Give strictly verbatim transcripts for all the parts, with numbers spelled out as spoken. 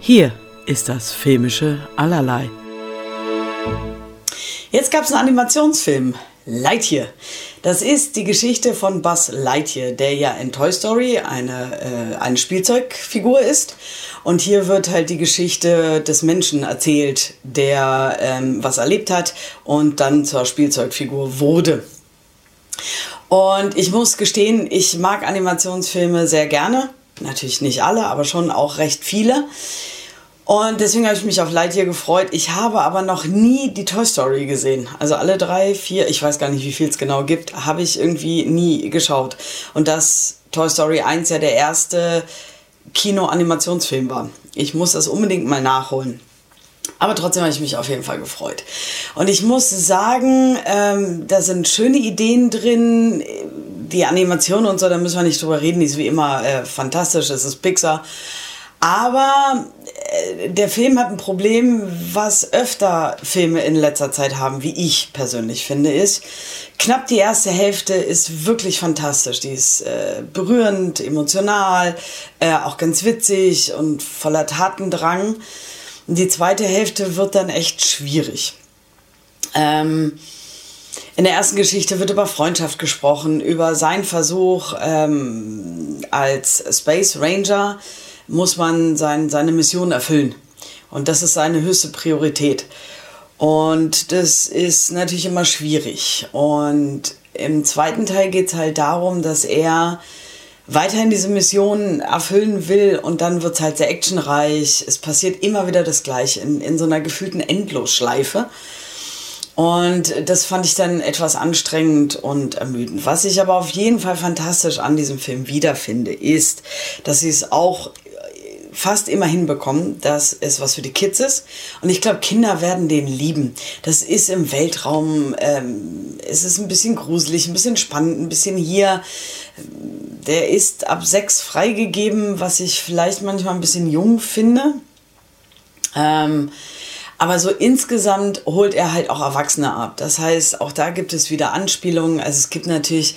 Hier ist das filmische Allerlei. Jetzt gab es einen Animationsfilm, Lightyear. Das ist die Geschichte von Buzz Lightyear, der ja in Toy Story eine, äh, eine Spielzeugfigur ist. Und hier wird halt die Geschichte des Menschen erzählt, der ähm, was erlebt hat und dann zur Spielzeugfigur wurde. Und ich muss gestehen, ich mag Animationsfilme sehr gerne. Natürlich nicht alle, aber schon auch recht viele. Und deswegen habe ich mich auf Lightyear gefreut. Ich habe aber noch nie die Toy Story gesehen. Also alle drei, vier, ich weiß gar nicht, wie viel es genau gibt, habe ich irgendwie nie geschaut. Und dass Toy Story eins ja der erste Kino-Animationsfilm war. Ich muss das unbedingt mal nachholen. Aber trotzdem habe ich mich auf jeden Fall gefreut. Und ich muss sagen, ähm, da sind schöne Ideen drin. Die Animation und so, da müssen wir nicht drüber reden, die ist wie immer äh, fantastisch, es ist Pixar. Aber äh, der Film hat ein Problem, was öfter Filme in letzter Zeit haben, wie ich persönlich finde, ist, knapp die erste Hälfte ist wirklich fantastisch. Die ist äh, berührend, emotional, äh, auch ganz witzig und voller Tatendrang. Die zweite Hälfte wird dann echt schwierig. Ähm, in der ersten Geschichte wird über Freundschaft gesprochen, über seinen Versuch ähm, als Space Ranger muss man sein, seine Mission erfüllen. Und das ist seine höchste Priorität. Und das ist natürlich immer schwierig. Und im zweiten Teil geht es halt darum, dass er weiterhin diese Mission erfüllen will und dann wird es halt sehr actionreich. Es passiert immer wieder das Gleiche in, in so einer gefühlten Endlosschleife. Und das fand ich dann etwas anstrengend und ermüdend. Was ich aber auf jeden Fall fantastisch an diesem Film wiederfinde, ist, dass sie es auch fast immer hinbekommen, dass es was für die Kids ist. Und ich glaube, Kinder werden den lieben. Das ist im Weltraum, ähm, es ist ein bisschen gruselig, ein bisschen spannend, ein bisschen hier. Der ist ab sechs freigegeben, was ich vielleicht manchmal ein bisschen jung finde. Ähm, aber so insgesamt holt er halt auch Erwachsene ab. Das heißt, auch da gibt es wieder Anspielungen. Also es gibt natürlich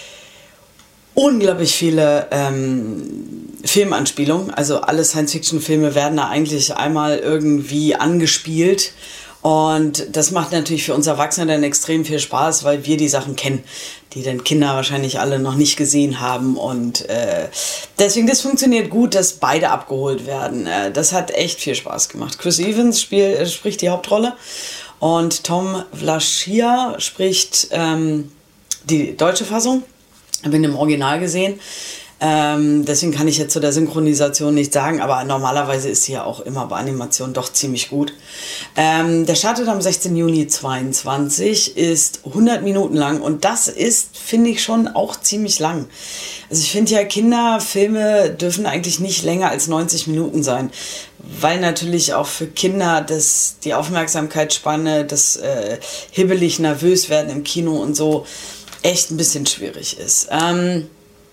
unglaublich viele ähm, Filmanspielungen. Also alle Science-Fiction-Filme werden da eigentlich einmal irgendwie angespielt. Und das macht natürlich für uns Erwachsene dann extrem viel Spaß, weil wir die Sachen kennen, die dann Kinder wahrscheinlich alle noch nicht gesehen haben. Und äh, deswegen, das funktioniert gut, dass beide abgeholt werden. Äh, das hat echt viel Spaß gemacht. Chris Evans spiel, äh, spricht die Hauptrolle und Tom Vlaschia spricht ähm, die deutsche Fassung. Habe ihn im Original gesehen. Ähm, deswegen kann ich jetzt zu der Synchronisation nichts sagen, aber normalerweise ist sie ja auch immer bei Animation doch ziemlich gut. Ähm, der startet am sechzehnten Juni zweiundzwanzig, ist hundert Minuten lang und das ist, finde ich, schon auch ziemlich lang. Also ich finde ja, Kinderfilme dürfen eigentlich nicht länger als neunzig Minuten sein, weil natürlich auch für Kinder das, die Aufmerksamkeitsspanne, das äh, hibbelig nervös werden im Kino und so echt ein bisschen schwierig ist. Ähm,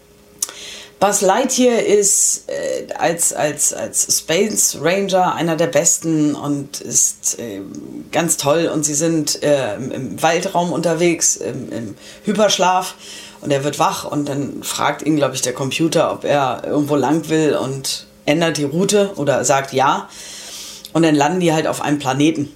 Buzz Lightyear ist äh, als, als, als Space Ranger einer der besten und ist äh, ganz toll. Und sie sind äh, im, im Weltraum unterwegs, im, im Hyperschlaf. Und er wird wach und dann fragt ihn, glaube ich, der Computer, ob er irgendwo lang will und ändert die Route oder sagt ja. Und dann landen die halt auf einem Planeten.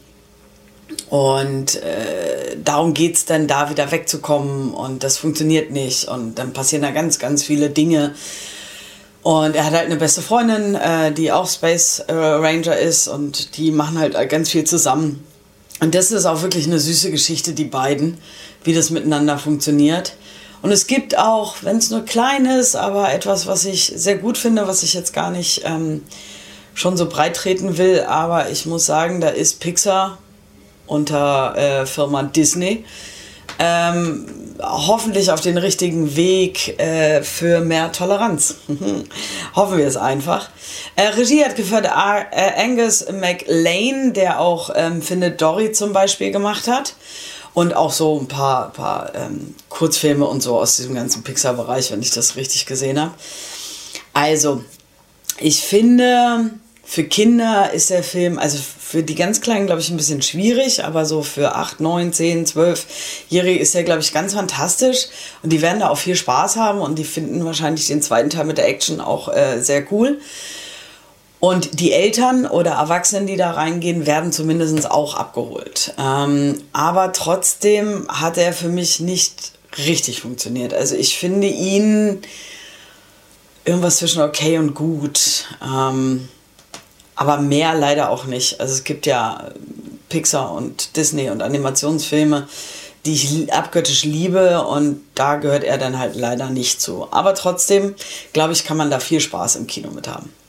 Und äh, darum geht es dann, da wieder wegzukommen und das funktioniert nicht und dann passieren da ganz, ganz viele Dinge und er hat halt eine beste Freundin, äh, die auch Space äh, Ranger ist und die machen halt ganz viel zusammen und das ist auch wirklich eine süße Geschichte, die beiden, wie das miteinander funktioniert. Und es gibt auch, wenn es nur klein ist, aber etwas, was ich sehr gut finde, was ich jetzt gar nicht ähm, schon so breit treten will, aber ich muss sagen, da ist Pixar unter äh, Firma Disney, ähm, hoffentlich auf den richtigen Weg äh, für mehr Toleranz. Hoffen wir es einfach. Äh, Regie hat geführt Ar- äh, Angus MacLane, der auch ähm, Findet Dory zum Beispiel gemacht hat und auch so ein paar, paar ähm, Kurzfilme und so aus diesem ganzen Pixar-Bereich, wenn ich das richtig gesehen habe. Also, ich finde, für Kinder ist der Film, also für die ganz Kleinen, glaube ich, ein bisschen schwierig, aber so für acht, neun, zehn, zwölf-Jährige ist der, glaube ich, ganz fantastisch und die werden da auch viel Spaß haben und die finden wahrscheinlich den zweiten Teil mit der Action auch äh, sehr cool. Und die Eltern oder Erwachsenen, die da reingehen, werden zumindest auch abgeholt. Ähm, aber trotzdem hat er für mich nicht richtig funktioniert. Also ich finde ihn irgendwas zwischen okay und gut. Ähm, aber mehr leider auch nicht. Also es gibt ja Pixar und Disney und Animationsfilme, die ich abgöttisch liebe, und da gehört er dann halt leider nicht zu. Aber trotzdem, glaube ich, kann man da viel Spaß im Kino mit haben.